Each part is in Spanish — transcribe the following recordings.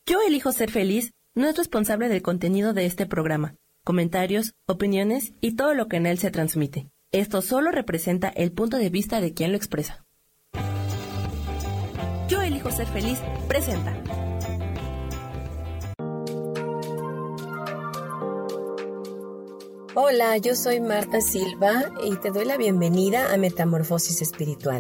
Yo elijo ser feliz no es responsable del contenido de este programa, comentarios, opiniones y todo lo que en él se transmite. Esto solo representa el punto de vista de quien lo expresa. Yo elijo ser feliz presenta. Hola, yo soy Marta Silva y te doy la bienvenida a Metamorfosis Espiritual.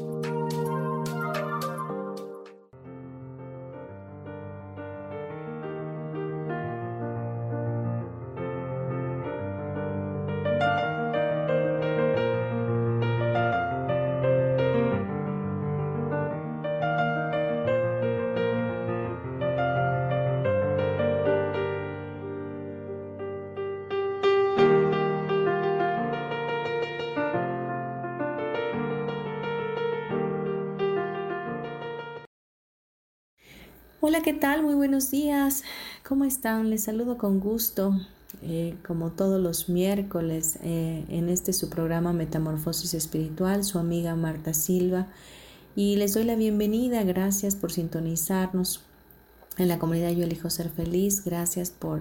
Hola, ¿qué tal? Muy buenos días. ¿Cómo están? Les saludo con gusto, como todos los miércoles, en su programa Metamorfosis Espiritual, su amiga Marta Silva. Y les doy la bienvenida. Gracias por sintonizarnos en la comunidad Yo Elijo Ser Feliz. Gracias por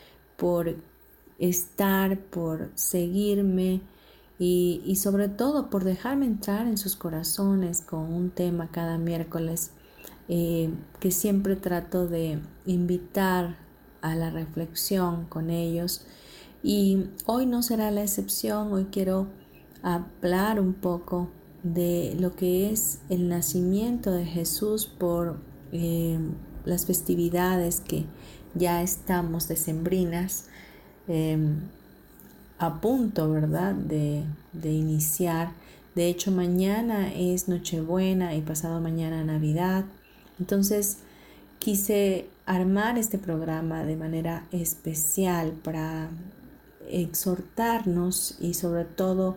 estar, por seguirme y sobre todo por dejarme entrar en sus corazones con un tema cada miércoles. Que siempre trato de invitar a la reflexión con ellos, y hoy no será la excepción. Hoy quiero hablar un poco de lo que es el nacimiento de Jesús por las festividades que ya estamos decembrinas, a punto, ¿verdad?, de iniciar. De hecho, mañana es Nochebuena y pasado mañana Navidad. Entonces, quise armar este programa de manera especial para exhortarnos y sobre todo,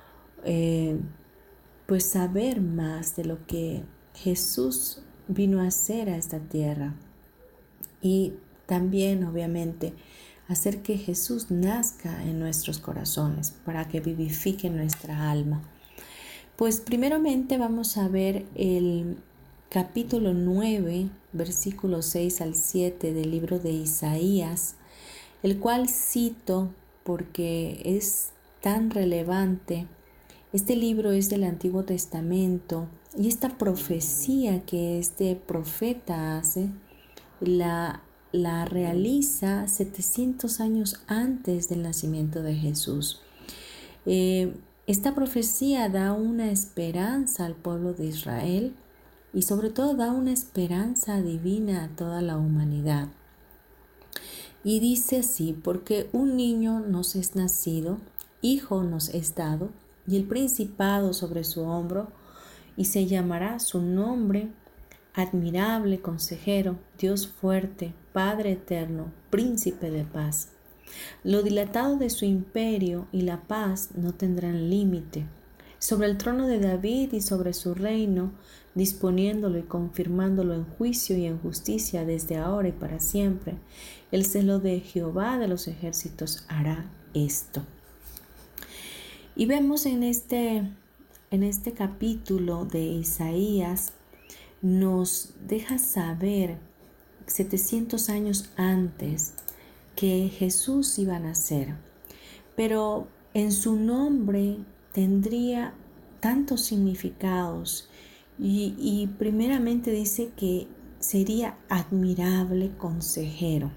pues saber más de lo que Jesús vino a hacer a esta tierra. Y también, obviamente, hacer que Jesús nazca en nuestros corazones para que vivifique nuestra alma. Pues primeramente vamos a ver el capítulo 9, versículos 6 al 7 del libro de Isaías, el cual cito porque es tan relevante. Este libro es del Antiguo Testamento y esta profecía que este profeta hace la realiza 700 años antes del nacimiento de Jesús. Esta profecía da una esperanza al pueblo de Israel y sobre todo da una esperanza divina a toda la humanidad. Y dice así: porque un niño nos es nacido, hijo nos es dado, y el principado sobre su hombro, y se llamará su nombre Admirable Consejero, Dios fuerte, Padre eterno, Príncipe de paz. Lo dilatado de su imperio y la paz no tendrán límite. Sobre el trono de David y sobre su reino, disponiéndolo y confirmándolo en juicio y en justicia desde ahora y para siempre. El celo de Jehová de los ejércitos hará esto. Y vemos en este capítulo de Isaías, nos deja saber 700 años antes que Jesús iba a nacer, pero en su nombre tendría tantos significados y primeramente dice que sería admirable consejero,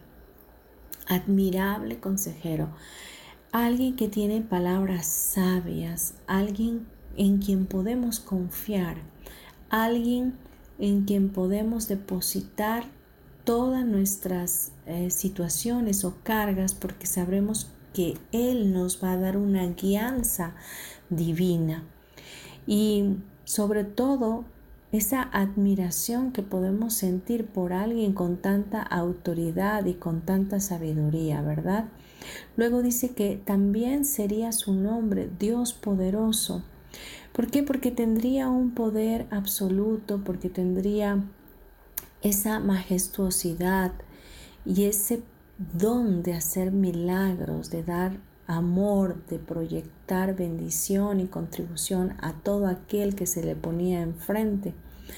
alguien que tiene palabras sabias, alguien en quien podemos confiar, alguien en quien podemos depositar todas nuestras situaciones o cargas, porque sabremos que Él nos va a dar una guianza divina. Y sobre todo, esa admiración que podemos sentir por alguien con tanta autoridad y con tanta sabiduría, ¿verdad? Luego dice que también sería su nombre Dios poderoso. ¿Por qué? Porque tendría un poder absoluto, porque tendría esa majestuosidad y ese don de hacer milagros, de dar amor, de proyectar bendición y contribución a todo aquel que se le ponía enfrente.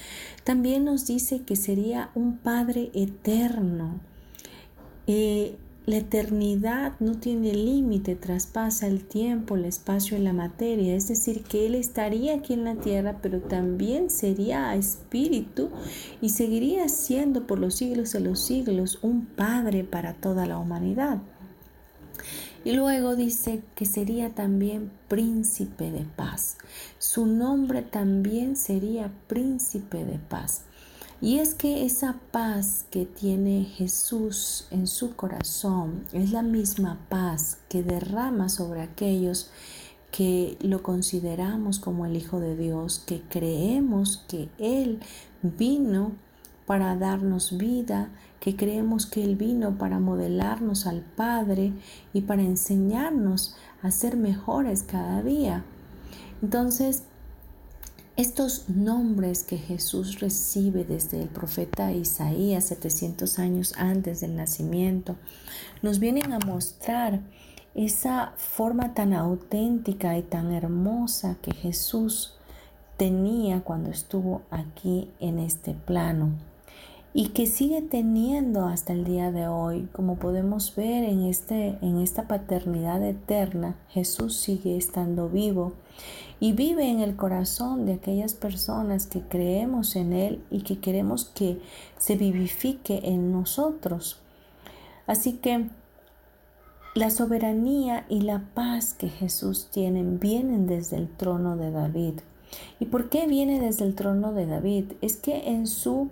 También nos dice que sería un Padre eterno. La eternidad no tiene límite, traspasa el tiempo, el espacio y la materia. Es decir, que Él estaría aquí en la tierra, pero también sería espíritu y seguiría siendo por los siglos de los siglos un Padre para toda la humanidad. Y luego dice que sería también príncipe de paz. Su nombre también sería príncipe de paz. Y es que esa paz que tiene Jesús en su corazón es la misma paz que derrama sobre aquellos que lo consideramos como el Hijo de Dios, que creemos que Él vino para darnos vida, que creemos que Él vino para modelarnos al Padre y para enseñarnos a ser mejores cada día. Entonces, estos nombres que Jesús recibe desde el profeta Isaías 700 años antes del nacimiento nos vienen a mostrar esa forma tan auténtica y tan hermosa que Jesús tenía cuando estuvo aquí en este plano y que sigue teniendo hasta el día de hoy. Como podemos ver en esta paternidad eterna, Jesús sigue estando vivo y vive en el corazón de aquellas personas que creemos en Él y que queremos que se vivifique en nosotros. Así que la soberanía y la paz que Jesús tiene vienen desde el trono de David. ¿Y por qué viene desde el trono de David? Es que en su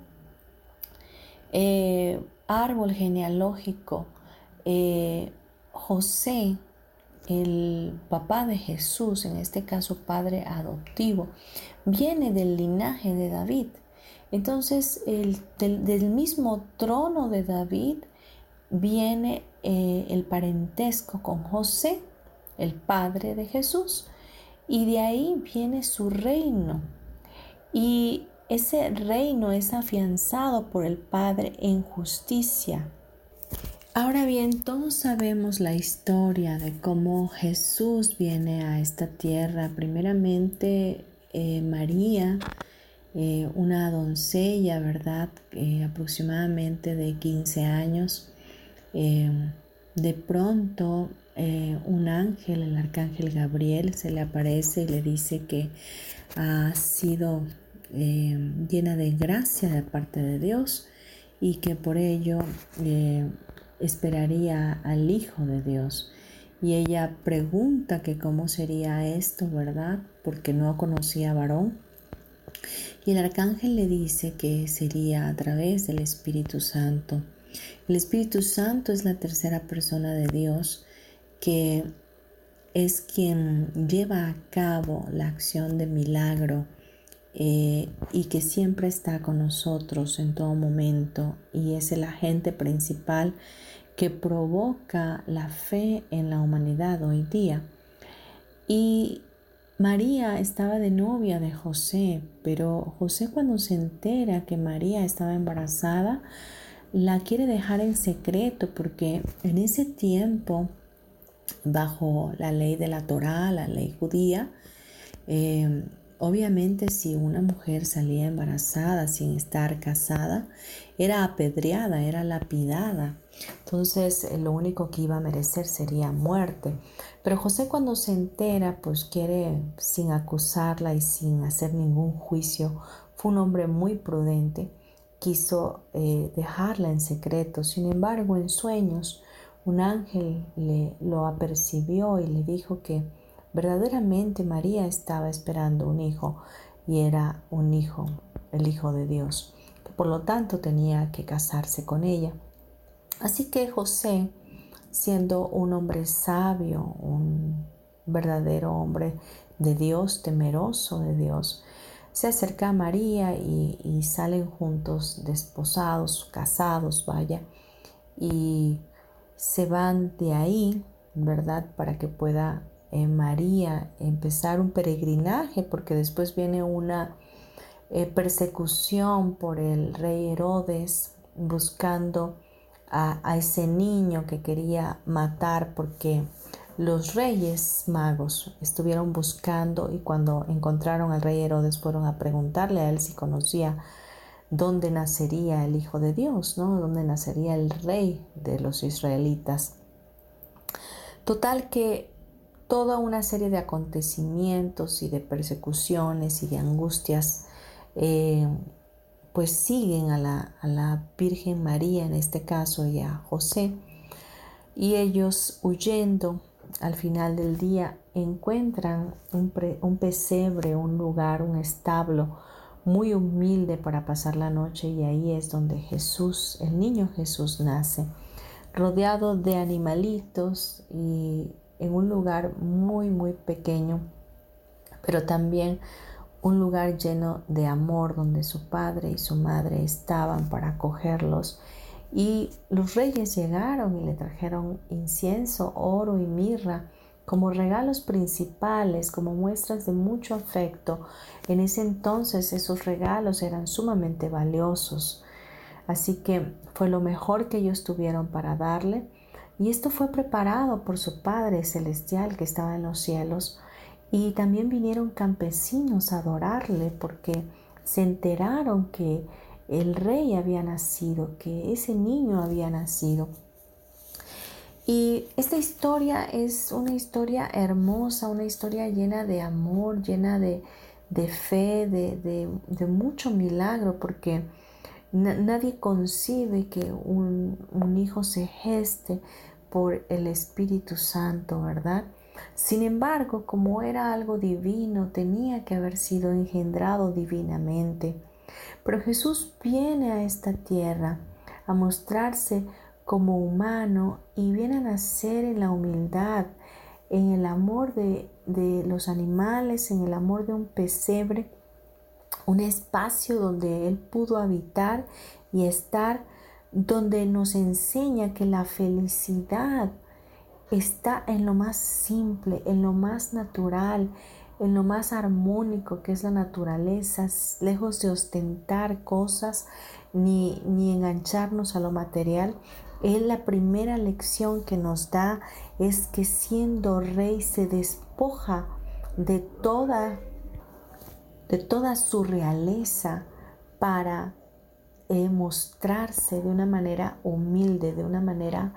árbol genealógico, José, el papá de Jesús, en este caso padre adoptivo, viene del linaje de David. Entonces, del mismo trono de David viene el parentesco con José, el padre de Jesús, y de ahí viene su reino. Y ese reino es afianzado por el Padre en justicia. Ahora bien, todos sabemos la historia de cómo Jesús viene a esta tierra. Primeramente, María, una doncella, ¿verdad? Aproximadamente de 15 años. De pronto, un ángel, el arcángel Gabriel, se le aparece y le dice que ha sido llena de gracia de parte de Dios y que por ello esperaría al Hijo de Dios. Y ella pregunta que cómo sería esto, ¿verdad? Porque no conocía varón. Y el arcángel le dice que sería a través del Espíritu Santo. El Espíritu Santo es la tercera persona de Dios, que es quien lleva a cabo la acción de milagro y que siempre está con nosotros en todo momento, y es el agente principal que provoca la fe en la humanidad hoy día. Y María estaba de novia de José, pero José, cuando se entera que María estaba embarazada, la quiere dejar en secreto, porque en ese tiempo, bajo la ley de la Torá, la ley judía, obviamente si una mujer salía embarazada sin estar casada, era apedreada, era lapidada. Entonces lo único que iba a merecer sería muerte. Pero José, cuando se entera, pues quiere, sin acusarla y sin hacer ningún juicio, fue un hombre muy prudente, quiso dejarla en secreto. Sin embargo, en sueños, un ángel lo apercibió y le dijo que verdaderamente María estaba esperando un hijo, y era un hijo, el Hijo de Dios, que por lo tanto tenía que casarse con ella. Así que José, siendo un hombre sabio, un verdadero hombre de Dios, temeroso de Dios, se acerca a María y salen juntos, desposados, casados, vaya, y se van de ahí, ¿verdad? Para que pueda María empezar un peregrinaje, porque después viene una persecución por el rey Herodes buscando a ese niño que quería matar, porque los reyes magos estuvieron buscando, y cuando encontraron al rey Herodes fueron a preguntarle a él si conocía dónde nacería el Hijo de Dios, ¿no? Dónde nacería el Rey de los israelitas. Total que toda una serie de acontecimientos y de persecuciones y de angustias pues siguen a la Virgen María en este caso y a José, y ellos huyendo al final del día encuentran un pesebre, un lugar, un establo muy humilde para pasar la noche, y ahí es donde Jesús, el niño Jesús, nace, rodeado de animalitos y en un lugar muy muy pequeño, pero también un lugar lleno de amor, donde su padre y su madre estaban para acogerlos. Y los reyes llegaron y le trajeron incienso, oro y mirra como regalos principales, como muestras de mucho afecto. En ese entonces esos regalos eran sumamente valiosos. Así que fue lo mejor que ellos tuvieron para darle. Y esto fue preparado por su Padre Celestial que estaba en los cielos. Y también vinieron campesinos a adorarle porque se enteraron que el rey había nacido, que ese niño había nacido. Y esta historia es una historia hermosa, una historia llena de amor, llena de fe, de mucho milagro, porque nadie concibe que un hijo se geste por el Espíritu Santo, ¿verdad? Sin embargo, como era algo divino, tenía que haber sido engendrado divinamente. Pero Jesús viene a esta tierra a mostrarse como humano y viene a nacer en la humildad, en el amor de los animales, en el amor de un pesebre, un espacio donde Él pudo habitar y estar, donde nos enseña que la felicidad está en lo más simple, en lo más natural, en lo más armónico que es la naturaleza, lejos de ostentar cosas ni engancharnos a lo material. Él, la primera lección que nos da es que siendo rey se despoja de toda su realeza para mostrarse de una manera humilde, de una manera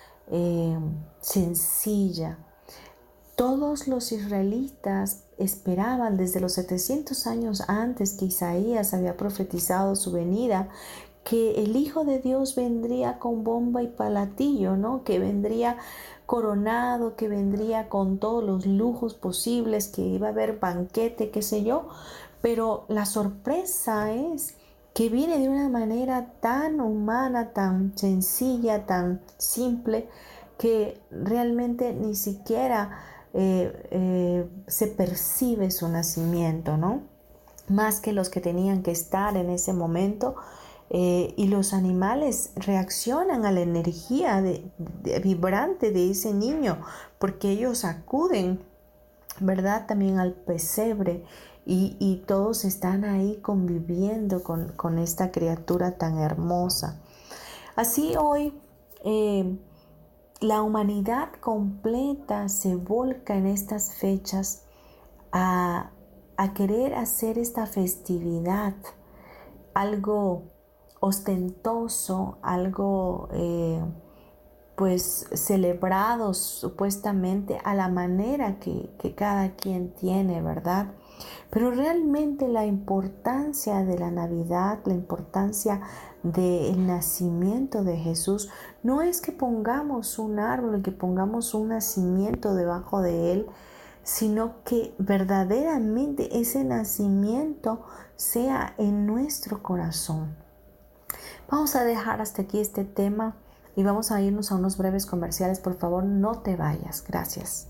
sencilla. Todos los israelitas esperaban desde los 700 años antes que Isaías había profetizado su venida, que el Hijo de Dios vendría con bomba y platillo, ¿no? Que vendría coronado, que vendría con todos los lujos posibles, que iba a haber banquete, qué sé yo. Pero la sorpresa es que viene de una manera tan humana, tan sencilla, tan simple, que realmente ni siquiera se percibe su nacimiento, ¿no? Más que los que tenían que estar en ese momento. Y los animales reaccionan a la energía vibrante de ese niño, porque ellos acuden, ¿verdad?, también al pesebre, y todos están ahí conviviendo con esta criatura tan hermosa. Así hoy la humanidad completa se volca en estas fechas a querer hacer esta festividad algo ostentoso, algo pues celebrados supuestamente a la manera que cada quien tiene, ¿verdad? Pero realmente la importancia de la Navidad, la importancia del nacimiento de Jesús, no es que pongamos un árbol, que pongamos un nacimiento debajo de él, sino que verdaderamente ese nacimiento sea en nuestro corazón. Vamos a dejar hasta aquí este tema y vamos a irnos a unos breves comerciales. Por favor, no te vayas. Gracias.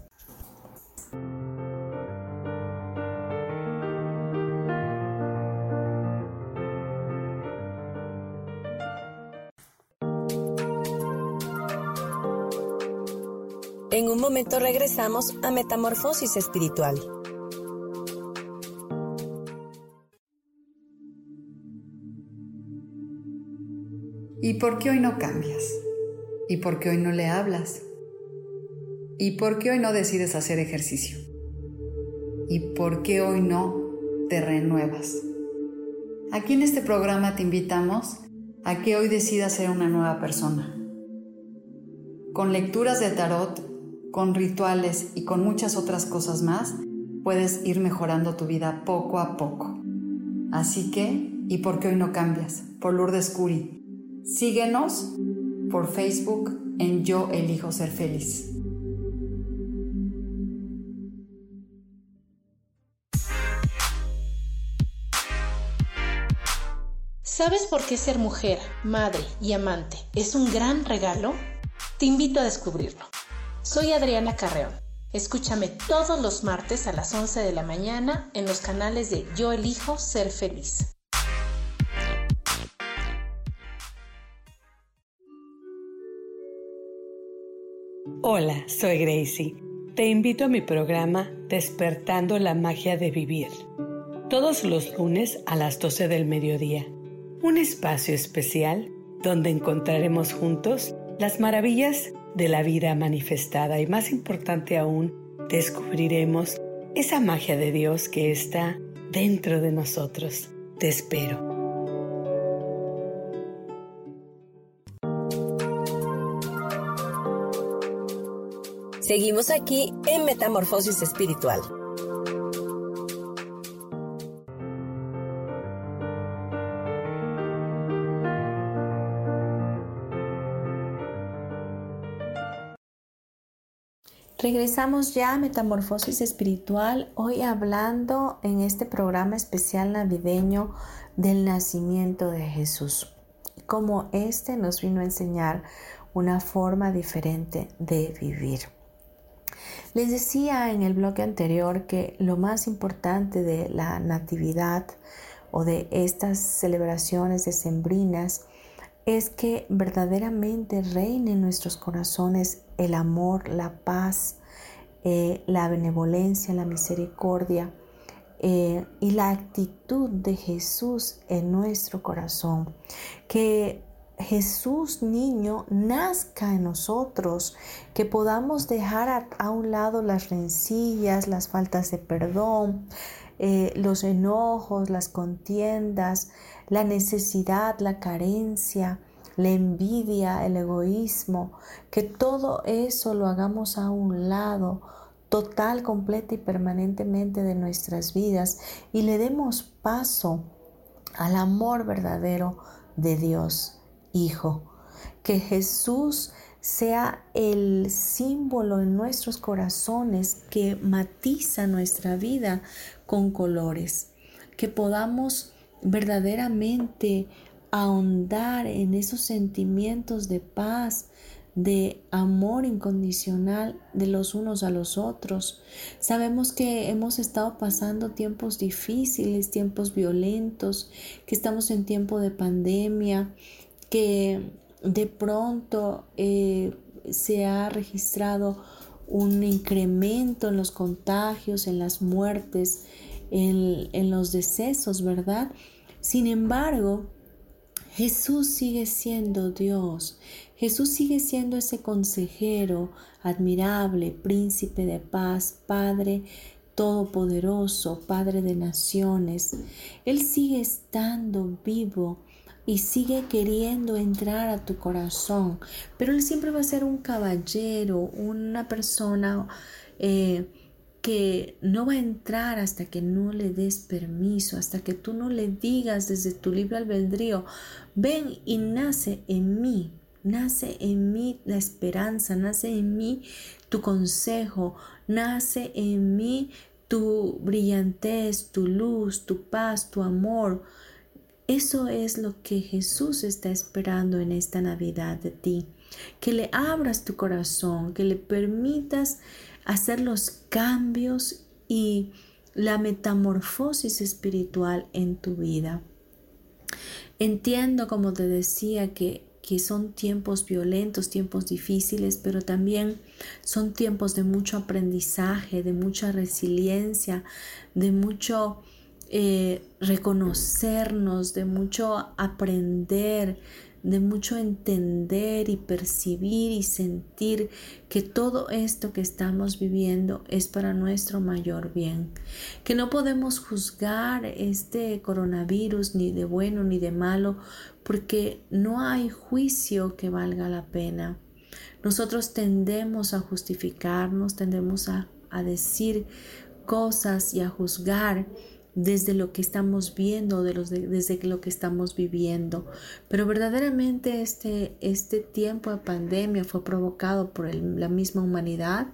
En un momento regresamos a Metamorfosis Espiritual. ¿Y por qué hoy no cambias? ¿Y por qué hoy no le hablas? ¿Y por qué hoy no decides hacer ejercicio? ¿Y por qué hoy no te renuevas? Aquí en este programa te invitamos a que hoy decidas ser una nueva persona. Con lecturas de tarot, con rituales y con muchas otras cosas más, puedes ir mejorando tu vida poco a poco. Así que, ¿y por qué hoy no cambias? Por Lourdes Curi. Síguenos por Facebook en Yo Elijo Ser Feliz. ¿Sabes por qué ser mujer, madre y amante es un gran regalo? Te invito a descubrirlo. Soy Adriana Carreón. Escúchame todos los martes a las 11 de la mañana en los canales de Yo Elijo Ser Feliz. Hola, soy Gracie. Te invito a mi programa Despertando la Magia de Vivir. Todos los lunes a las 12 del mediodía. Un espacio especial donde encontraremos juntos las maravillas de la vida manifestada y, más importante aún, descubriremos esa magia de Dios que está dentro de nosotros. Te espero. Seguimos aquí en Metamorfosis Espiritual. Regresamos ya a Metamorfosis Espiritual, hoy hablando en este programa especial navideño del nacimiento de Jesús. Como este nos vino a enseñar una forma diferente de vivir. Les decía en el bloque anterior que lo más importante de la natividad o de estas celebraciones decembrinas es que verdaderamente reine en nuestros corazones el amor, la paz, la benevolencia, la misericordia y la actitud de Jesús en nuestro corazón. Que Jesús niño nazca en nosotros, que podamos dejar a un lado las rencillas, las faltas de perdón, los enojos, las contiendas, la necesidad, la carencia, la envidia, el egoísmo, que todo eso lo hagamos a un lado, total, completa y permanentemente de nuestras vidas, y le demos paso al amor verdadero de Dios Hijo. Que Jesús sea el símbolo en nuestros corazones que matiza nuestra vida con colores, que podamos verdaderamente ahondar en esos sentimientos de paz, de amor incondicional de los unos a los otros. Sabemos que hemos estado pasando tiempos difíciles, tiempos violentos, que estamos en tiempo de pandemia, que de pronto se ha registrado un incremento en los contagios, en las muertes, en los decesos, ¿verdad? Sin embargo, Jesús sigue siendo Dios. Jesús sigue siendo ese consejero admirable, príncipe de paz, Padre todopoderoso, Padre de naciones. Él sigue estando vivo y sigue queriendo entrar a tu corazón, pero Él siempre va a ser un caballero, una persona que no va a entrar hasta que no le des permiso, hasta que tú no le digas desde tu libre albedrío: ven y nace en mí la esperanza, nace en mí tu consejo, nace en mí tu brillantez, tu luz, tu paz, tu amor. Eso es lo que Jesús está esperando en esta Navidad de ti, que le abras tu corazón, que le permitas hacer los cambios y la metamorfosis espiritual en tu vida. Entiendo, como te decía, que son tiempos violentos, tiempos difíciles, pero también son tiempos de mucho aprendizaje, de mucha resiliencia, de mucho reconocernos, de mucho aprender, de mucho entender y percibir y sentir que todo esto que estamos viviendo es para nuestro mayor bien, que no podemos juzgar este coronavirus ni de bueno ni de malo, porque no hay juicio que valga la pena. Nosotros tendemos a justificarnos, tendemos a decir cosas y a juzgar desde lo que estamos viendo, desde lo que estamos viviendo. Pero verdaderamente este tiempo de pandemia fue provocado por la misma humanidad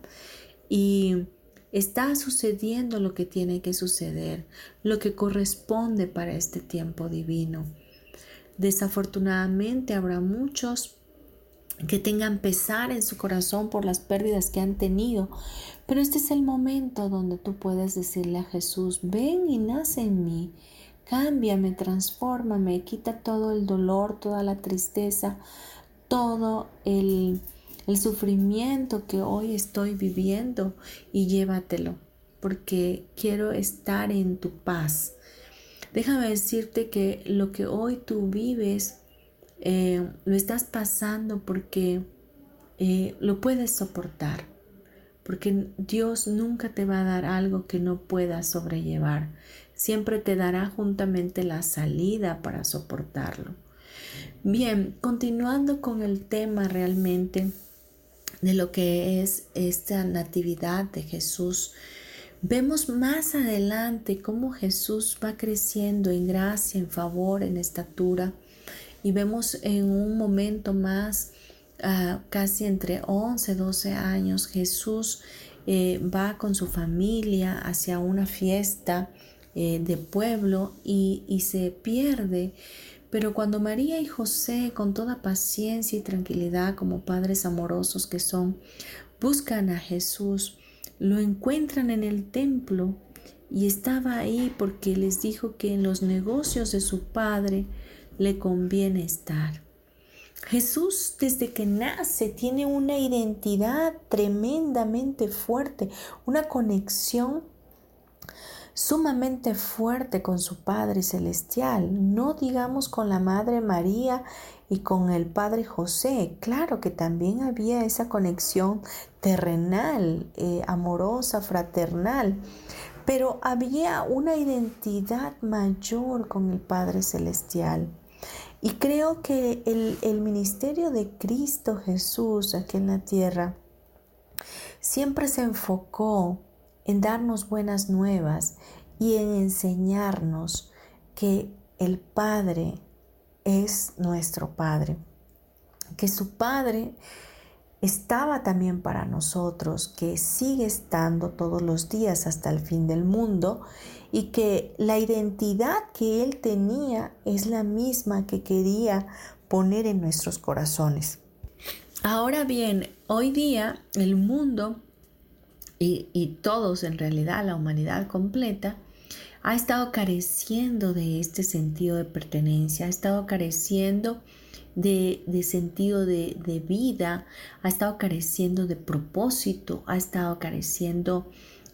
y está sucediendo lo que tiene que suceder, lo que corresponde para este tiempo divino. Desafortunadamente habrá muchos que tengan pesar en su corazón por las pérdidas que han tenido, pero este es el momento donde tú puedes decirle a Jesús: ven y nace en mí, cámbiame, transfórmame, quita todo el dolor, toda la tristeza, todo el sufrimiento que hoy estoy viviendo, y llévatelo, porque quiero estar en tu paz. Déjame decirte que lo que hoy tú vives lo estás pasando porque lo puedes soportar, porque Dios nunca te va a dar algo que no puedas sobrellevar. Siempre te dará juntamente la salida para soportarlo. Bien, continuando con el tema realmente de lo que es esta natividad de Jesús, vemos más adelante cómo Jesús va creciendo en gracia, en favor, en estatura. Y vemos en un momento más, casi entre 11, 12 años, Jesús va con su familia hacia una fiesta de pueblo y se pierde. Pero cuando María y José, con toda paciencia y tranquilidad, como padres amorosos que son, buscan a Jesús, lo encuentran en el templo y estaba ahí porque les dijo que en los negocios de su padre le conviene estar. Jesús, desde que nace, tiene una identidad tremendamente fuerte, una conexión sumamente fuerte con su Padre Celestial, no digamos con la Madre María y con el Padre José. Claro que también había esa conexión terrenal, amorosa, fraternal, pero había una identidad mayor con el Padre Celestial. Y creo que el ministerio de Cristo Jesús aquí en la tierra siempre se enfocó en darnos buenas nuevas y en enseñarnos que el Padre es nuestro Padre, que su Padre estaba también para nosotros, que sigue estando todos los días hasta el fin del mundo, y que la identidad que Él tenía es la misma que quería poner en nuestros corazones. Ahora bien, hoy día el mundo y todos, en realidad la humanidad completa, ha estado careciendo de este sentido de pertenencia, ha estado careciendo de sentido de vida, ha estado careciendo de propósito, ha estado careciendo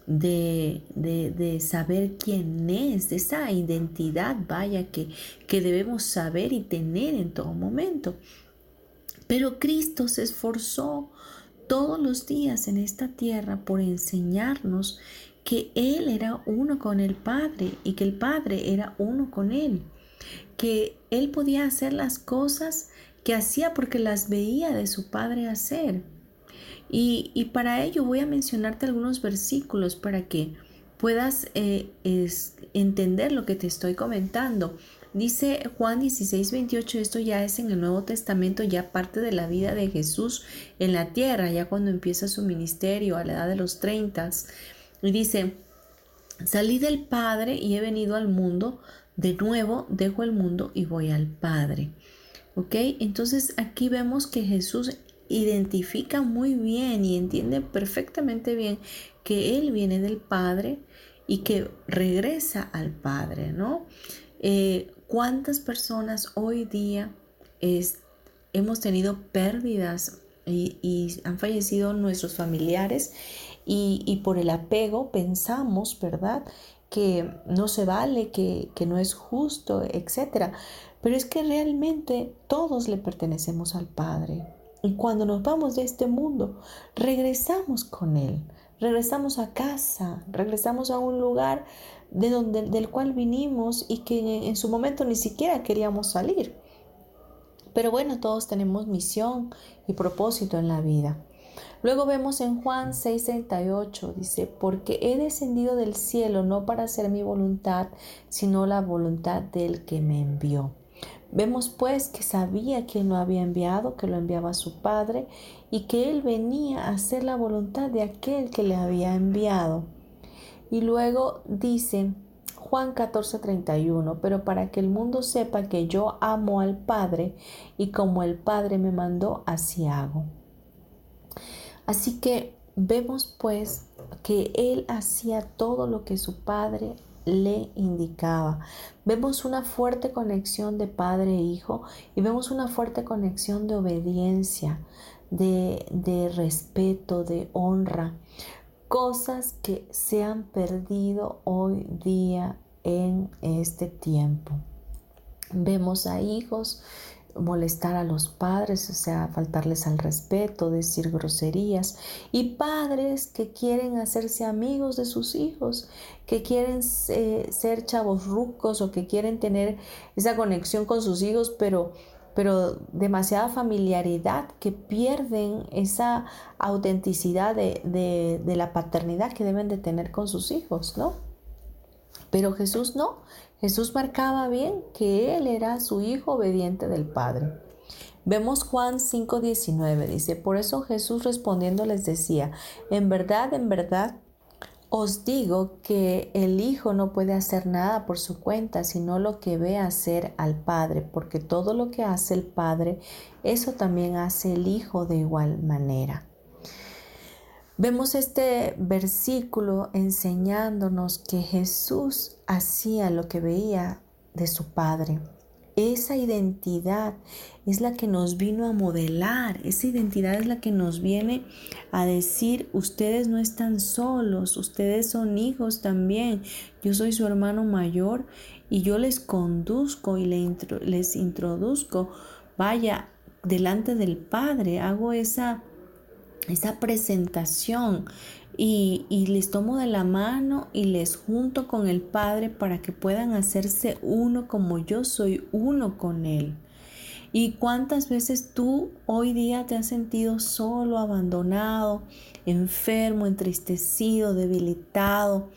de saber quién es, de esa identidad, vaya, que debemos saber y tener en todo momento. Pero Cristo se esforzó todos los días en esta tierra por enseñarnos que Él era uno con el Padre y que el Padre era uno con Él, que Él podía hacer las cosas que hacía porque las veía de su Padre hacer. Y para ello voy a mencionarte algunos versículos para que puedas entender lo que te estoy comentando. Dice Juan 16:28, esto ya es en el Nuevo Testamento, ya parte de la vida de Jesús en la tierra, ya cuando empieza su ministerio a la edad de los 30. Y dice: salí del Padre y he venido al mundo, de nuevo dejo el mundo y voy al Padre. ¿Ok? Entonces aquí vemos que Jesús identifica muy bien y entiende perfectamente bien que Él viene del Padre y que regresa al Padre, ¿no? ¿Cuántas personas hoy día hemos tenido pérdidas y han fallecido nuestros familiares y por el apego pensamos, ¿verdad?, que no se vale, que no es justo, etc. Pero es que realmente todos le pertenecemos al Padre. Y cuando nos vamos de este mundo, regresamos con Él. Regresamos a casa, regresamos a un lugar del cual vinimos y que en su momento ni siquiera queríamos salir. Pero bueno, todos tenemos misión y propósito en la vida. Luego vemos en Juan 6:38, dice, porque he descendido del cielo no para hacer mi voluntad, sino la voluntad del que me envió. Vemos pues que sabía quién lo había enviado, que lo enviaba a su Padre y que él venía a hacer la voluntad de aquel que le había enviado. Y luego dice Juan 14:31, pero para que el mundo sepa que yo amo al Padre y como el Padre me mandó, así hago. Así que vemos pues que él hacía todo lo que su Padre le indicaba. Vemos una fuerte conexión de padre e hijo y vemos una fuerte conexión de obediencia, de respeto, de honra. Cosas que se han perdido hoy día en este tiempo. Vemos a hijos molestar a los padres, o sea, faltarles al respeto, decir groserías, y padres que quieren hacerse amigos de sus hijos, que quieren ser chavos rucos o que quieren tener esa conexión con sus hijos, pero demasiada familiaridad, que pierden esa autenticidad de la paternidad que deben de tener con sus hijos, ¿no? Pero Jesús no. Jesús marcaba bien que Él era su Hijo obediente del Padre. Vemos Juan 5:19, dice, por eso Jesús respondiendo les decía, en verdad, os digo que el Hijo no puede hacer nada por su cuenta, sino lo que ve hacer al Padre, porque todo lo que hace el Padre, eso también hace el Hijo de igual manera. Vemos este versículo enseñándonos que Jesús hacía lo que veía de su Padre. Esa identidad es la que nos vino a modelar, esa identidad es la que nos viene a decir, ustedes no están solos, ustedes son hijos también, yo soy su hermano mayor y yo les conduzco y les introduzco, vaya, delante del Padre, hago esa presentación y les tomo de la mano y les junto con el Padre para que puedan hacerse uno como yo soy uno con Él. ¿Y cuántas veces tú hoy día te has sentido solo, abandonado, enfermo, entristecido, debilitado,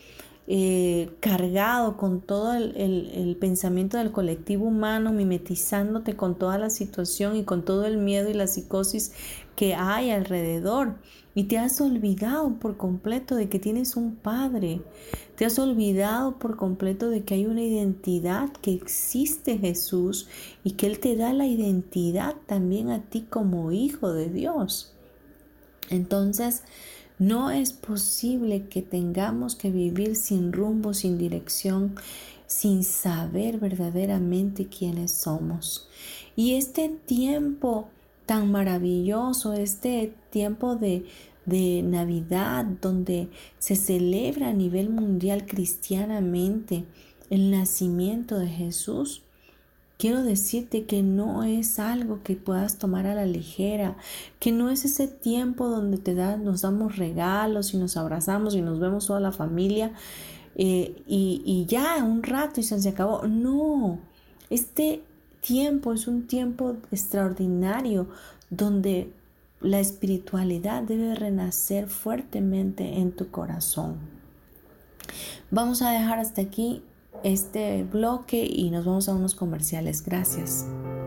cargado con todo el pensamiento del colectivo humano, mimetizándote con toda la situación y con todo el miedo y la psicosis que hay alrededor? Y te has olvidado por completo de que tienes un Padre. Te has olvidado por completo de que hay una identidad, que existe Jesús y que Él te da la identidad también a ti como hijo de Dios. Entonces, no es posible que tengamos que vivir sin rumbo, sin dirección, sin saber verdaderamente quiénes somos. Y este tiempo tan maravilloso, este tiempo de Navidad, donde se celebra a nivel mundial cristianamente el nacimiento de Jesús, quiero decirte que no es algo que puedas tomar a la ligera, que no es ese tiempo donde nos damos regalos y nos abrazamos y nos vemos toda la familia y ya un rato y se acabó. No, este tiempo es un tiempo extraordinario donde la espiritualidad debe renacer fuertemente en tu corazón. Vamos a dejar hasta aquí este bloque y nos vamos a unos comerciales. Gracias.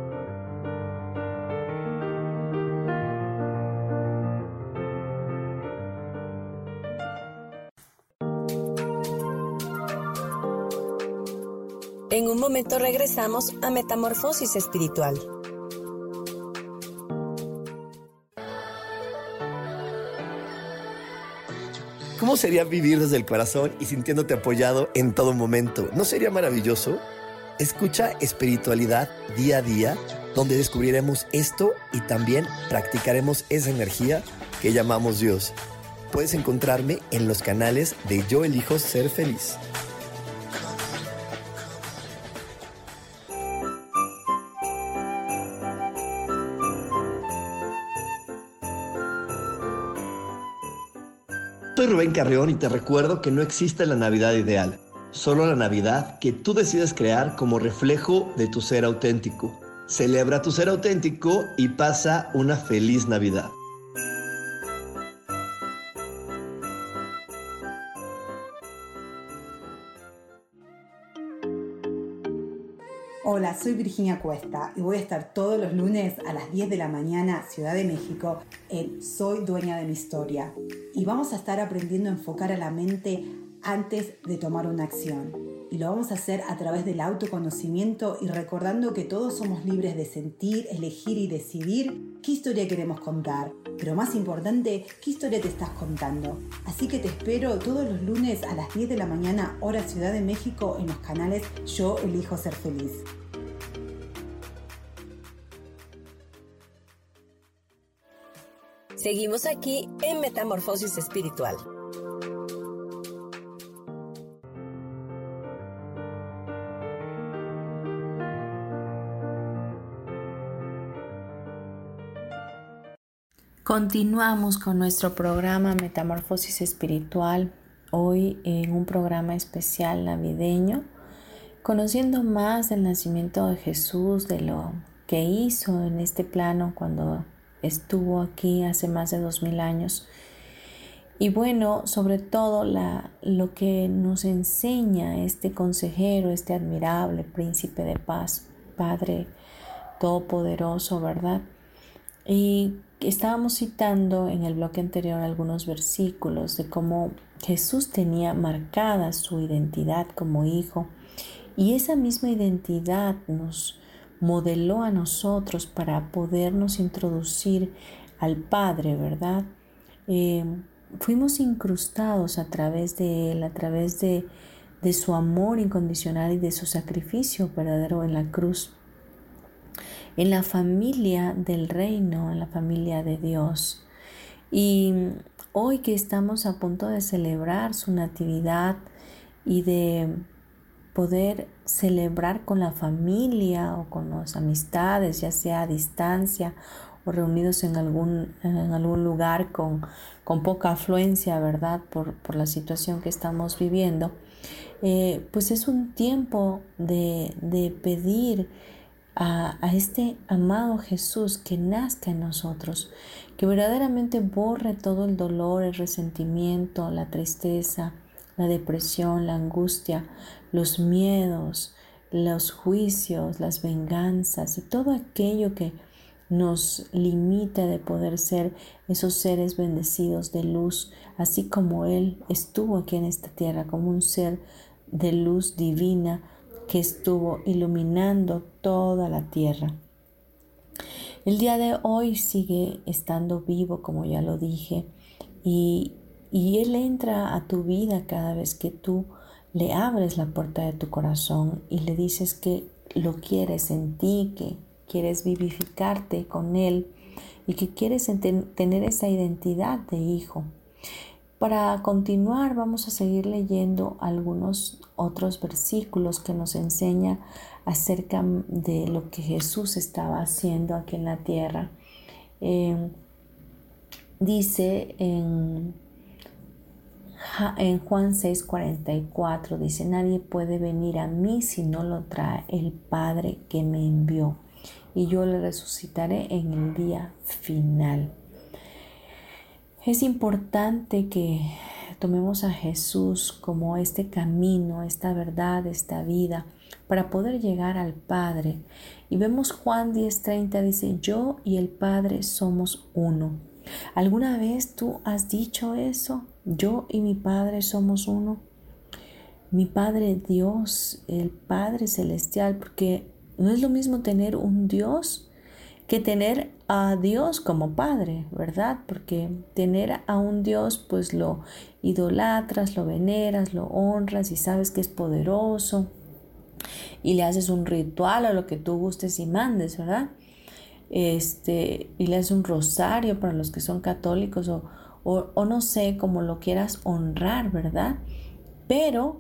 En un momento regresamos a Metamorfosis Espiritual. ¿Cómo sería vivir desde el corazón y sintiéndote apoyado en todo momento? ¿No sería maravilloso? Escucha Espiritualidad Día a Día, donde descubriremos esto y también practicaremos esa energía que llamamos Dios. Puedes encontrarme en los canales de Yo Elijo Ser Feliz. Soy Rubén Carrión y te recuerdo que no existe la Navidad ideal, solo la Navidad que tú decides crear como reflejo de tu ser auténtico. Celebra tu ser auténtico y pasa una feliz Navidad. Hola, soy Virginia Cuesta y voy a estar todos los lunes a las 10 de la mañana, Ciudad de México, en Soy Dueña de mi Historia. Y vamos a estar aprendiendo a enfocar a la mente antes de tomar una acción. Y lo vamos a hacer a través del autoconocimiento y recordando que todos somos libres de sentir, elegir y decidir qué historia queremos contar. Pero más importante, qué historia te estás contando. Así que te espero todos los lunes a las 10 de la mañana, hora Ciudad de México, en los canales Yo Elijo Ser Feliz. Seguimos aquí en Metamorfosis Espiritual. Continuamos con nuestro programa Metamorfosis Espiritual, hoy en un programa especial navideño, conociendo más del nacimiento de Jesús, de lo que hizo en este plano cuando estuvo aquí hace más de 2000 años. Y bueno, sobre todo lo que nos enseña este consejero, este admirable príncipe de paz, Padre Todopoderoso, ¿verdad? Y estábamos citando en el bloque anterior algunos versículos de cómo Jesús tenía marcada su identidad como hijo, y esa misma identidad nos modeló a nosotros para podernos introducir al Padre, ¿verdad? Fuimos incrustados a través de Él, a través de su amor incondicional y de su sacrificio verdadero en la cruz, en la familia del reino, en la familia de Dios. Y hoy que estamos a punto de celebrar su natividad y de poder celebrar con la familia o con las amistades, ya sea a distancia o reunidos en algún lugar con poca afluencia, ¿verdad? Por la situación que estamos viviendo, pues es un tiempo de pedir a este amado Jesús que nazca en nosotros, que verdaderamente borre todo el dolor, el resentimiento, la tristeza, la depresión, la angustia, los miedos, los juicios, las venganzas y todo aquello que nos limita de poder ser esos seres bendecidos de luz, así como Él estuvo aquí en esta tierra como un ser de luz divina que estuvo iluminando toda la tierra. El día de hoy sigue estando vivo, como ya lo dije, y Él entra a tu vida cada vez que tú le abres la puerta de tu corazón y le dices que lo quieres en ti, que quieres vivificarte con Él y que quieres tener esa identidad de hijo. Para continuar, vamos a seguir leyendo algunos otros versículos que nos enseñan acerca de lo que Jesús estaba haciendo aquí en la tierra. Dice en Juan 6:44, dice: nadie puede venir a mí si no lo trae el Padre que me envió, y yo le resucitaré en el día final. Es importante que tomemos a Jesús como este camino, esta verdad, esta vida, para poder llegar al Padre. Y vemos Juan 10:30, dice: yo y el Padre somos uno. ¿Alguna vez tú has dicho eso? Yo y mi Padre somos uno. Mi Padre Dios, el Padre Celestial, porque no es lo mismo tener un Dios que tener a Dios como Padre, ¿verdad? Porque tener a un Dios, pues lo idolatras, lo veneras, lo honras y sabes que es poderoso y le haces un ritual a lo que tú gustes y mandes, ¿verdad? Y le haces un rosario para los que son católicos o no sé, como lo quieras honrar, ¿verdad? Pero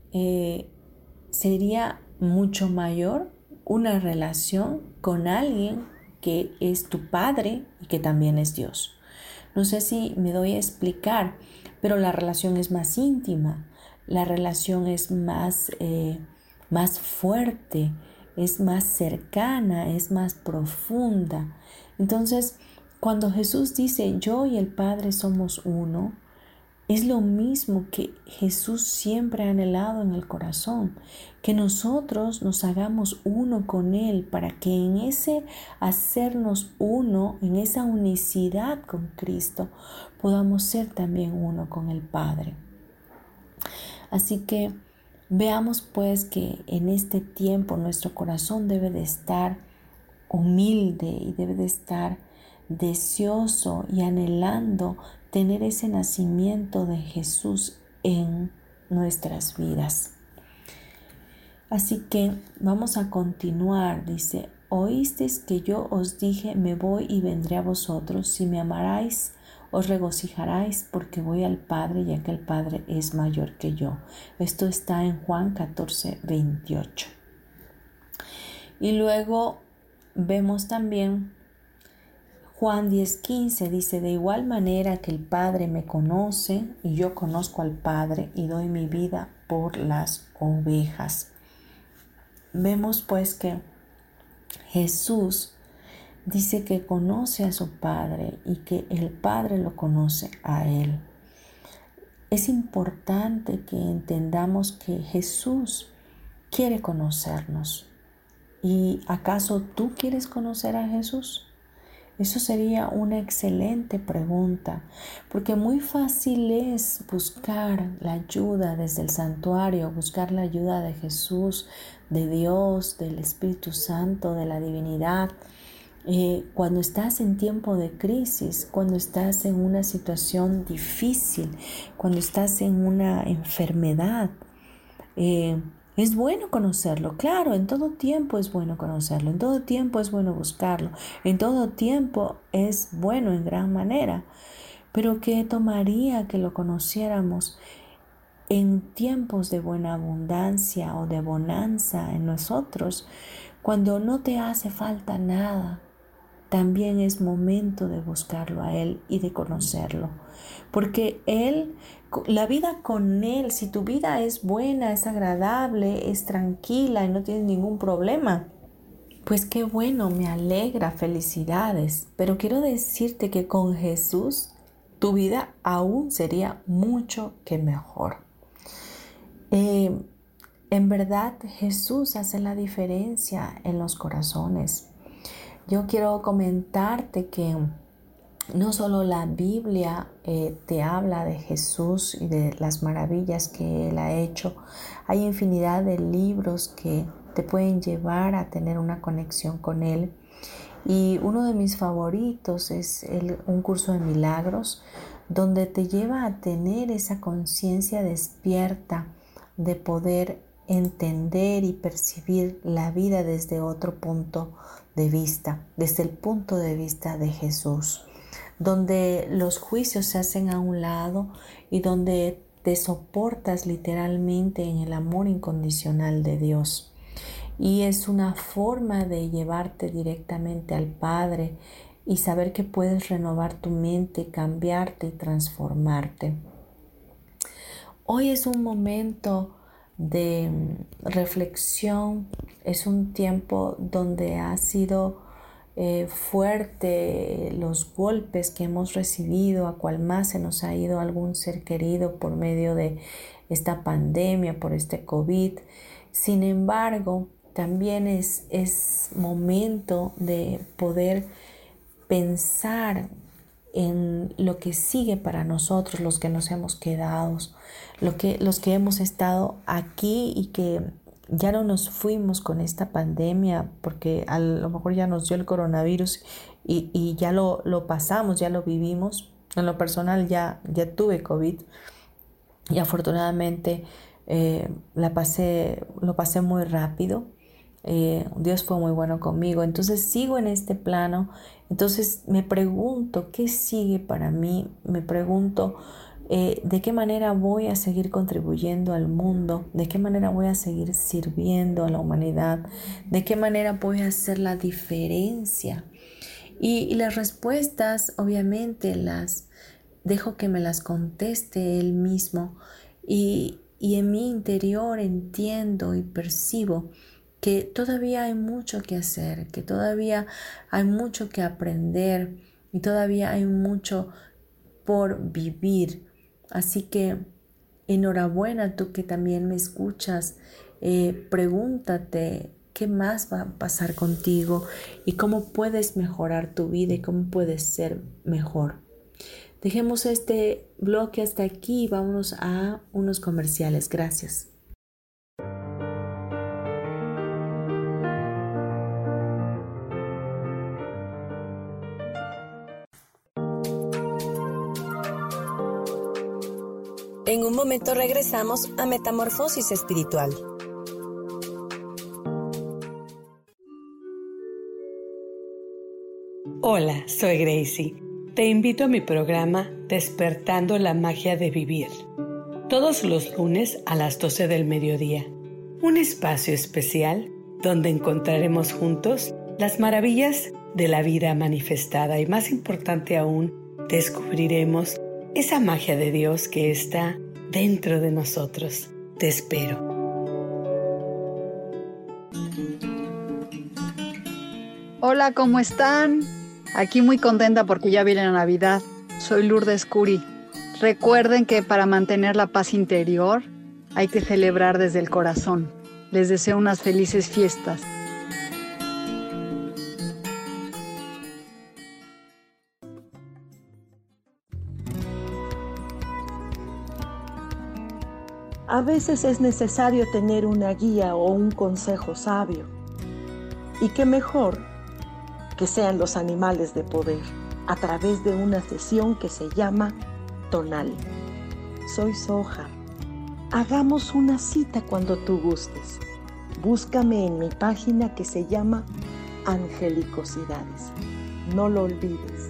sería mucho mayor una relación con alguien que es tu Padre y que también es Dios. No sé si me doy a explicar, pero la relación es más íntima, la relación es más fuerte, es más cercana, es más profunda. Entonces, cuando Jesús dice, yo y el Padre somos uno, es lo mismo que Jesús siempre ha anhelado en el corazón, que nosotros nos hagamos uno con Él para que en ese hacernos uno, en esa unicidad con Cristo, podamos ser también uno con el Padre. Así que veamos pues que en este tiempo nuestro corazón debe de estar humilde y debe de estar deseoso y anhelando tener ese nacimiento de Jesús en nuestras vidas. Así que vamos a continuar. Dice, oísteis que yo os dije, me voy y vendré a vosotros. Si me amarais, os regocijaráis porque voy al Padre, ya que el Padre es mayor que yo. Esto está en Juan 14:28. Y luego vemos también Juan 10:15, dice, de igual manera que el Padre me conoce y yo conozco al Padre y doy mi vida por las ovejas. Vemos pues que Jesús dice que conoce a su Padre y que el Padre lo conoce a Él. Es importante que entendamos que Jesús quiere conocernos. ¿Y acaso tú quieres conocer a Jesús? Eso sería una excelente pregunta, porque muy fácil es buscar la ayuda desde el santuario, buscar la ayuda de Jesús, de Dios, del Espíritu Santo, de la divinidad. Cuando estás en tiempo de crisis, cuando estás en una situación difícil, cuando estás en una enfermedad, es bueno conocerlo, claro, en todo tiempo es bueno conocerlo, en todo tiempo es bueno buscarlo, en todo tiempo es bueno en gran manera, pero ¿qué tomaría que lo conociéramos en tiempos de buena abundancia o de bonanza en nosotros, cuando no te hace falta nada? También es momento de buscarlo a Él y de conocerlo, porque Él, la vida con Él, si tu vida es buena, es agradable, es tranquila y no tienes ningún problema, pues qué bueno, me alegra, felicidades. Pero quiero decirte que con Jesús tu vida aún sería mucho que mejor. En verdad, Jesús hace la diferencia en los corazones. Yo quiero comentarte que no solo la Biblia te habla de Jesús y de las maravillas que Él ha hecho. Hay infinidad de libros que te pueden llevar a tener una conexión con Él. Y uno de mis favoritos es un curso de milagros, donde te lleva a tener esa conciencia despierta de poder entender y percibir la vida desde otro punto de vista, desde el punto de vista de Jesús, donde los juicios se hacen a un lado y donde te soportas literalmente en el amor incondicional de Dios. Y es una forma de llevarte directamente al Padre y saber que puedes renovar tu mente, cambiarte y transformarte. Hoy es un momento de reflexión, es un tiempo donde ha sido fuerte los golpes que hemos recibido, a cual más se nos ha ido algún ser querido por medio de esta pandemia, por este COVID. Sin embargo, también es momento de poder pensar en lo que sigue para nosotros, los que nos hemos quedado, los que hemos estado aquí y que ya no nos fuimos con esta pandemia, porque a lo mejor ya nos dio el coronavirus y ya lo pasamos, ya lo vivimos. En lo personal ya tuve COVID y afortunadamente lo pasé muy rápido. Dios fue muy bueno conmigo, entonces sigo en este plano. Entonces me pregunto, ¿qué sigue para mí? Me pregunto, ¿de qué manera voy a seguir contribuyendo al mundo? ¿De qué manera voy a seguir sirviendo a la humanidad? ¿De qué manera voy a hacer la diferencia? Y las respuestas, obviamente, dejo que me las conteste Él mismo y en mi interior entiendo y percibo que todavía hay mucho que hacer, que todavía hay mucho que aprender y todavía hay mucho por vivir. Así que enhorabuena tú que también me escuchas. Pregúntate qué más va a pasar contigo y cómo puedes mejorar tu vida y cómo puedes ser mejor. Dejemos este bloque hasta aquí y vámonos a unos comerciales. Gracias. En un momento regresamos a Metamorfosis Espiritual. Hola, soy Gracie. Te invito a mi programa Despertando la Magia de Vivir. Todos los lunes a las 12 del mediodía. Un espacio especial donde encontraremos juntos las maravillas de la vida manifestada y, más importante aún, descubriremos esa magia de Dios que está dentro de nosotros. Te espero. Hola, ¿cómo están? Aquí muy contenta porque ya viene la Navidad. Soy Lourdes Curi. Recuerden que para mantener la paz interior hay que celebrar desde el corazón. Les deseo unas felices fiestas. A veces es necesario tener una guía o un consejo sabio. Y qué mejor que sean los animales de poder a través de una sesión que se llama Tonal. Soy Soja. Hagamos una cita cuando tú gustes. Búscame en mi página que se llama Angelicosidades. No lo olvides.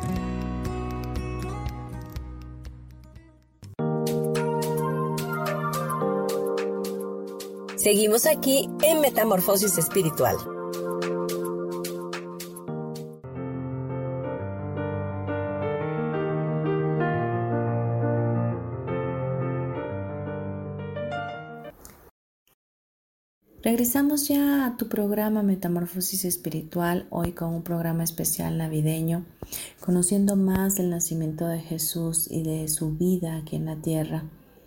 Seguimos aquí en Metamorfosis Espiritual. Regresamos ya a tu programa Metamorfosis Espiritual, hoy con un programa especial navideño, conociendo más del nacimiento de Jesús y de su vida aquí en la tierra.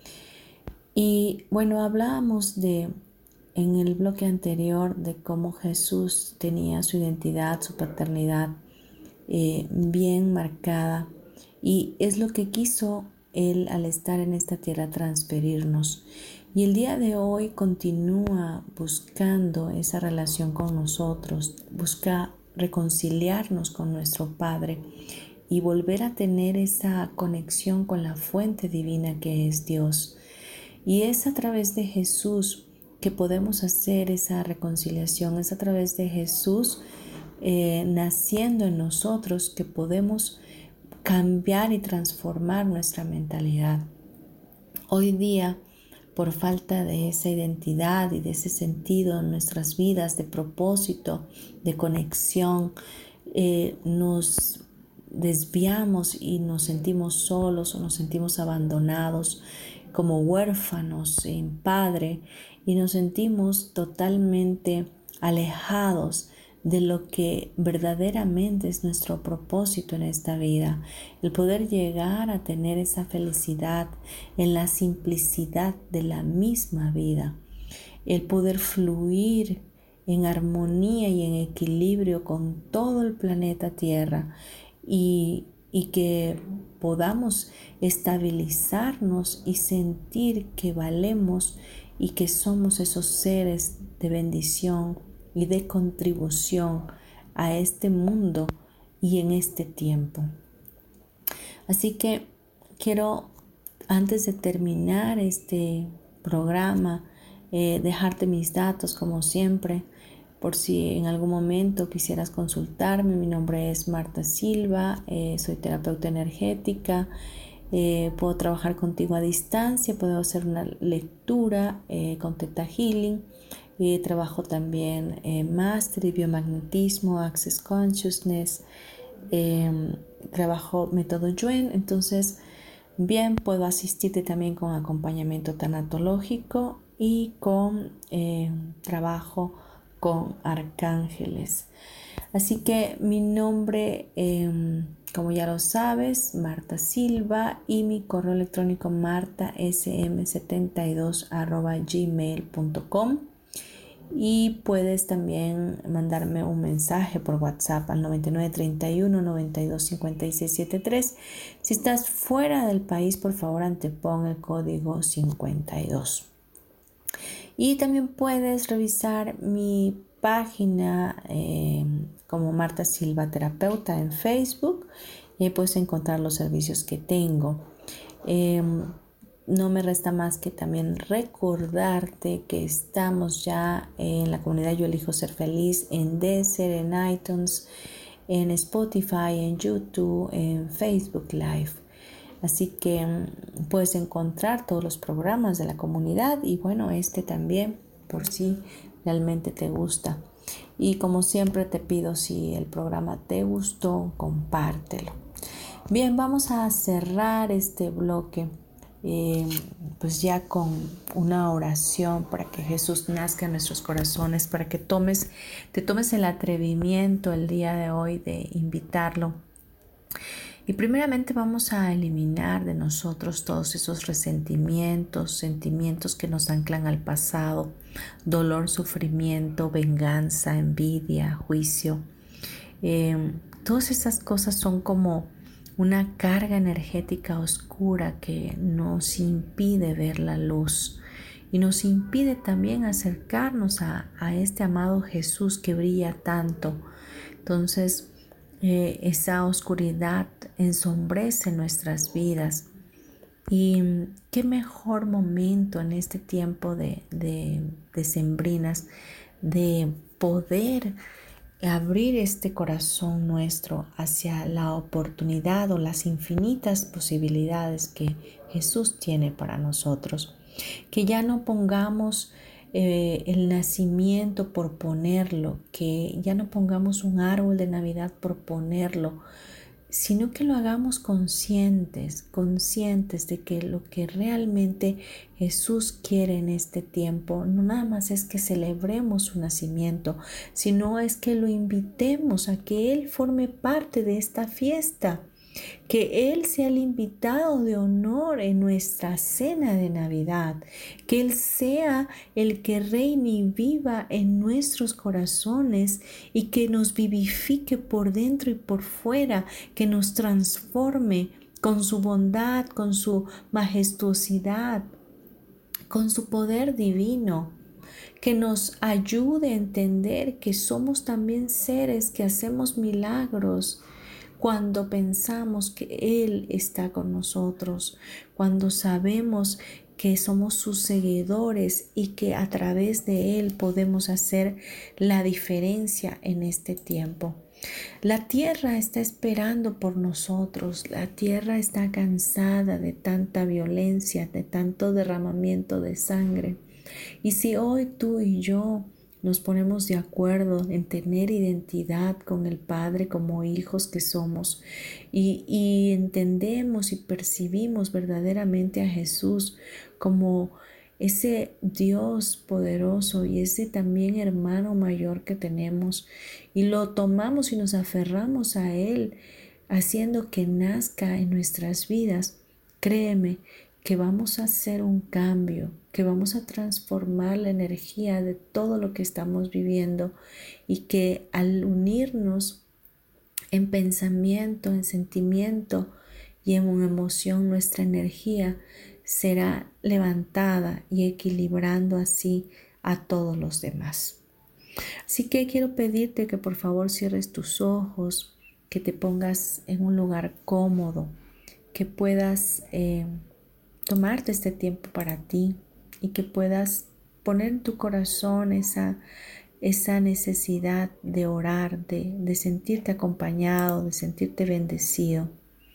Y bueno, hablábamos en el bloque anterior de cómo Jesús tenía su identidad, su paternidad bien marcada, y es lo que quiso Él al estar en esta tierra transferirnos. Y el día de hoy continúa buscando esa relación con nosotros, busca reconciliarnos con nuestro Padre y volver a tener esa conexión con la fuente divina que es Dios. Y es a través de Jesús que podemos hacer esa reconciliación, es a través de Jesús naciendo en nosotros que podemos cambiar y transformar nuestra mentalidad. Hoy día, por falta de esa identidad y de ese sentido en nuestras vidas, de propósito, de conexión, nos desviamos y nos sentimos solos o nos sentimos abandonados, como huérfanos sin padre, y nos sentimos totalmente alejados de lo que verdaderamente es nuestro propósito en esta vida, el poder llegar a tener esa felicidad en la simplicidad de la misma vida, el poder fluir en armonía y en equilibrio con todo el planeta Tierra y que podamos estabilizarnos y sentir que valemos y que somos esos seres de bendición y de contribución a este mundo y en este tiempo. Así que quiero, antes de terminar este programa, dejarte mis datos como siempre, por si en algún momento quisieras consultarme. Mi nombre es Marta Silva, soy terapeuta energética, puedo trabajar contigo a distancia, puedo hacer una lectura con Theta Healing. Trabajo también Master y Biomagnetismo, Access Consciousness, trabajo método Yuen, entonces bien puedo asistirte también con acompañamiento tanatológico y con trabajo con arcángeles. Así que mi nombre, como ya lo sabes, Marta Silva, y mi correo electrónico martasm72@gmail.com, y puedes también mandarme un mensaje por WhatsApp al 9931 92 56 73. Si estás fuera del país, por favor antepon el código 52. Y también puedes revisar mi página como Marta Silva Terapeuta en Facebook, y ahí puedes encontrar los servicios que tengo. No me resta más que también recordarte que estamos ya en la comunidad Yo Elijo Ser Feliz, en Deezer, en iTunes, en Spotify, en YouTube, en Facebook Live. Así que puedes encontrar todos los programas de la comunidad, y bueno, este también, por si realmente te gusta. Y como siempre te pido, si el programa te gustó, compártelo. Bien, vamos a cerrar este bloque pues ya con una oración para que Jesús nazca en nuestros corazones, para que te tomes el atrevimiento el día de hoy de invitarlo. Y primeramente vamos a eliminar de nosotros todos esos sentimientos que nos anclan al pasado: dolor, sufrimiento, venganza, envidia, juicio. Todas esas cosas son como una carga energética oscura que nos impide ver la luz y nos impide también acercarnos a este amado Jesús que brilla tanto. Entonces, esa oscuridad ensombrece nuestras vidas, y qué mejor momento en este tiempo de decembrinas de poder abrir este corazón nuestro hacia la oportunidad o las infinitas posibilidades que Jesús tiene para nosotros. Que ya no pongamos el nacimiento por ponerlo, que ya no pongamos un árbol de Navidad por ponerlo, sino que lo hagamos conscientes de que lo que realmente Jesús quiere en este tiempo no nada más es que celebremos su nacimiento, sino es que lo invitemos a que Él forme parte de esta fiesta, que Él sea el invitado de honor en nuestra cena de Navidad, que Él sea el que reine y viva en nuestros corazones y que nos vivifique por dentro y por fuera, que nos transforme con su bondad, con su majestuosidad, con su poder divino, que nos ayude a entender que somos también seres que hacemos milagros cuando pensamos que Él está con nosotros, cuando sabemos que somos sus seguidores y que a través de Él podemos hacer la diferencia en este tiempo. La tierra está esperando por nosotros, la tierra está cansada de tanta violencia, de tanto derramamiento de sangre. Y si hoy tú y yo nos ponemos de acuerdo en tener identidad con el Padre como hijos que somos y entendemos y percibimos verdaderamente a Jesús como ese Dios poderoso y ese también hermano mayor que tenemos, y lo tomamos y nos aferramos a Él, haciendo que nazca en nuestras vidas, créeme que vamos a hacer un cambio, que vamos a transformar la energía de todo lo que estamos viviendo, y que al unirnos en pensamiento, en sentimiento y en una emoción, nuestra energía será levantada y equilibrando así a todos los demás. Así que quiero pedirte que por favor cierres tus ojos, que te pongas en un lugar cómodo, que puedas tomarte este tiempo para ti y que puedas poner en tu corazón esa necesidad de orar, de sentirte acompañado, de sentirte bendecido.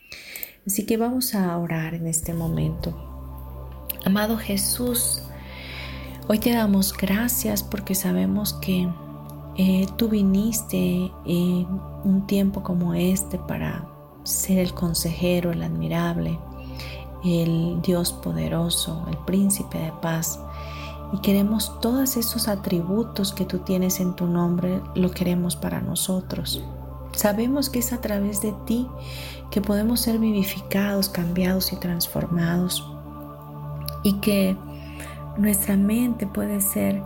Así que vamos a orar en este momento. Amado Jesús, hoy te damos gracias porque sabemos que tú viniste en un tiempo como este para ser el consejero, el admirable, el Dios poderoso, el príncipe de paz. Y queremos todos esos atributos que tú tienes en tu nombre, lo queremos para nosotros. Sabemos que es a través de ti que podemos ser vivificados, cambiados y transformados. Y que nuestra mente puede ser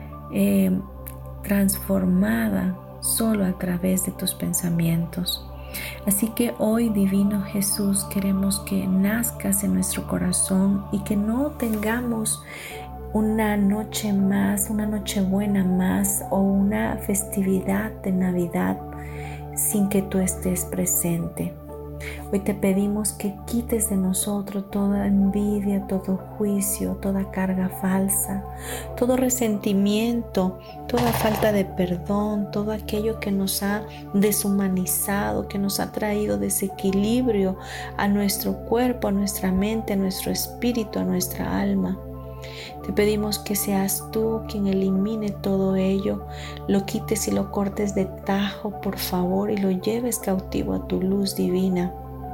transformada solo a través de tus pensamientos. Así que hoy, Divino Jesús, queremos que nazcas en nuestro corazón y que no tengamos una noche más, una noche buena más o una festividad de Navidad sin que tú estés presente. Hoy te pedimos que quites de nosotros toda envidia, todo juicio, toda carga falsa, todo resentimiento, toda falta de perdón, todo aquello que nos ha deshumanizado, que nos ha traído desequilibrio a nuestro cuerpo, a nuestra mente, a nuestro espíritu, a nuestra alma. Te pedimos que seas tú quien elimine todo ello, lo quites y lo cortes de tajo, por favor, y lo lleves cautivo a tu luz divina.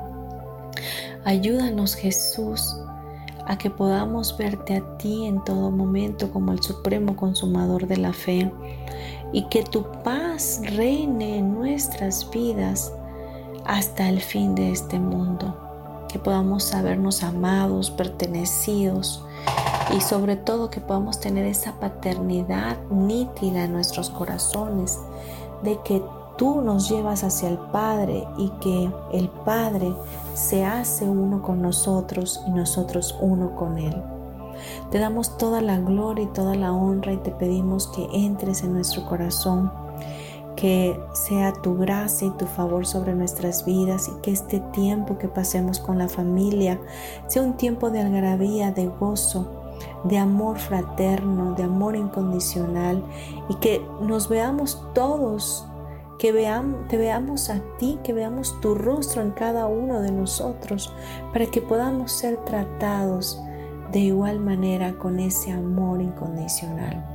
Ayúdanos, Jesús, a que podamos verte a ti en todo momento como el supremo consumador de la fe y que tu paz reine en nuestras vidas hasta el fin de este mundo, que podamos sabernos amados, pertenecidos y sobre todo que podamos tener esa paternidad nítida en nuestros corazones de que tú nos llevas hacia el Padre y que el Padre se hace uno con nosotros y nosotros uno con Él. Te damos toda la gloria y toda la honra y te pedimos que entres en nuestro corazón, que sea tu gracia y tu favor sobre nuestras vidas y que este tiempo que pasemos con la familia sea un tiempo de algarabía, de gozo, de amor fraterno, de amor incondicional y que nos veamos todos, que te veamos a ti, que veamos tu rostro en cada uno de nosotros para que podamos ser tratados de igual manera con ese amor incondicional.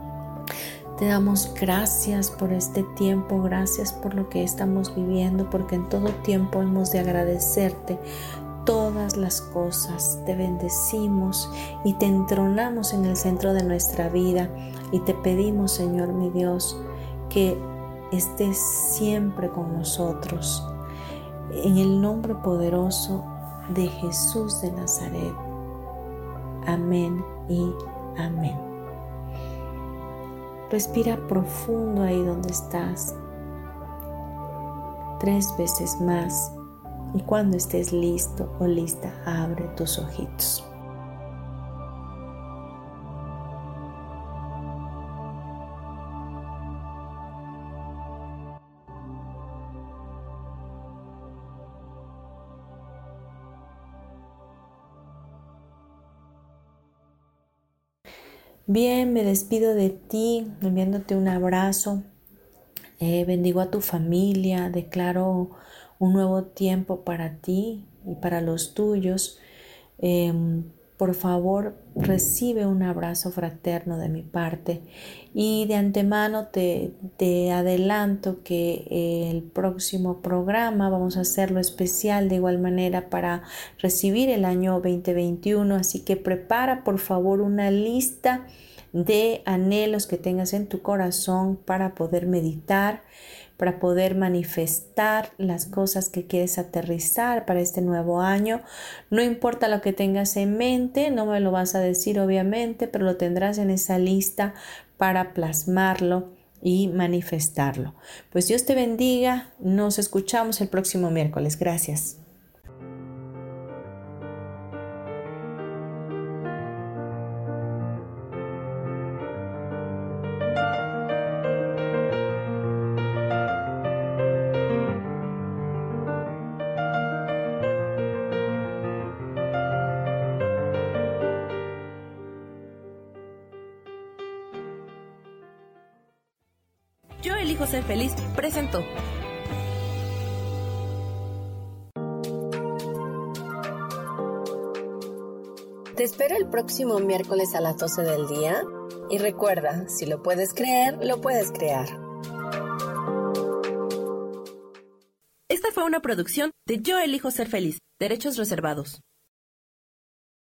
Te damos gracias por este tiempo, gracias por lo que estamos viviendo, porque en todo tiempo hemos de agradecerte todas las cosas. Te bendecimos y te entronamos en el centro de nuestra vida y te pedimos, Señor mi Dios, que estés siempre con nosotros. En el nombre poderoso de Jesús de Nazaret. Amén y amén. Respira profundo ahí donde estás. 3 veces más. Y cuando estés listo o lista, abre tus ojitos. Bien, me despido de ti, enviándote un abrazo. Bendigo a tu familia, declaro un nuevo tiempo para ti y para los tuyos. Por favor, recibe un abrazo fraterno de mi parte y de antemano te adelanto que el próximo programa vamos a hacerlo especial de igual manera para recibir el año 2021, así que prepara por favor una lista de anhelos que tengas en tu corazón para poder meditar, para poder manifestar las cosas que quieres aterrizar para este nuevo año. No importa lo que tengas en mente, no me lo vas a decir obviamente, pero lo tendrás en esa lista para plasmarlo y manifestarlo. Pues Dios te bendiga, nos escuchamos el próximo miércoles. Gracias. Yo elijo ser feliz presentó. Te espero el próximo miércoles a las 12 del día y recuerda, si lo puedes creer, lo puedes crear. Esta fue fue una producción de Yo Elijo Ser Feliz, derechos reservados.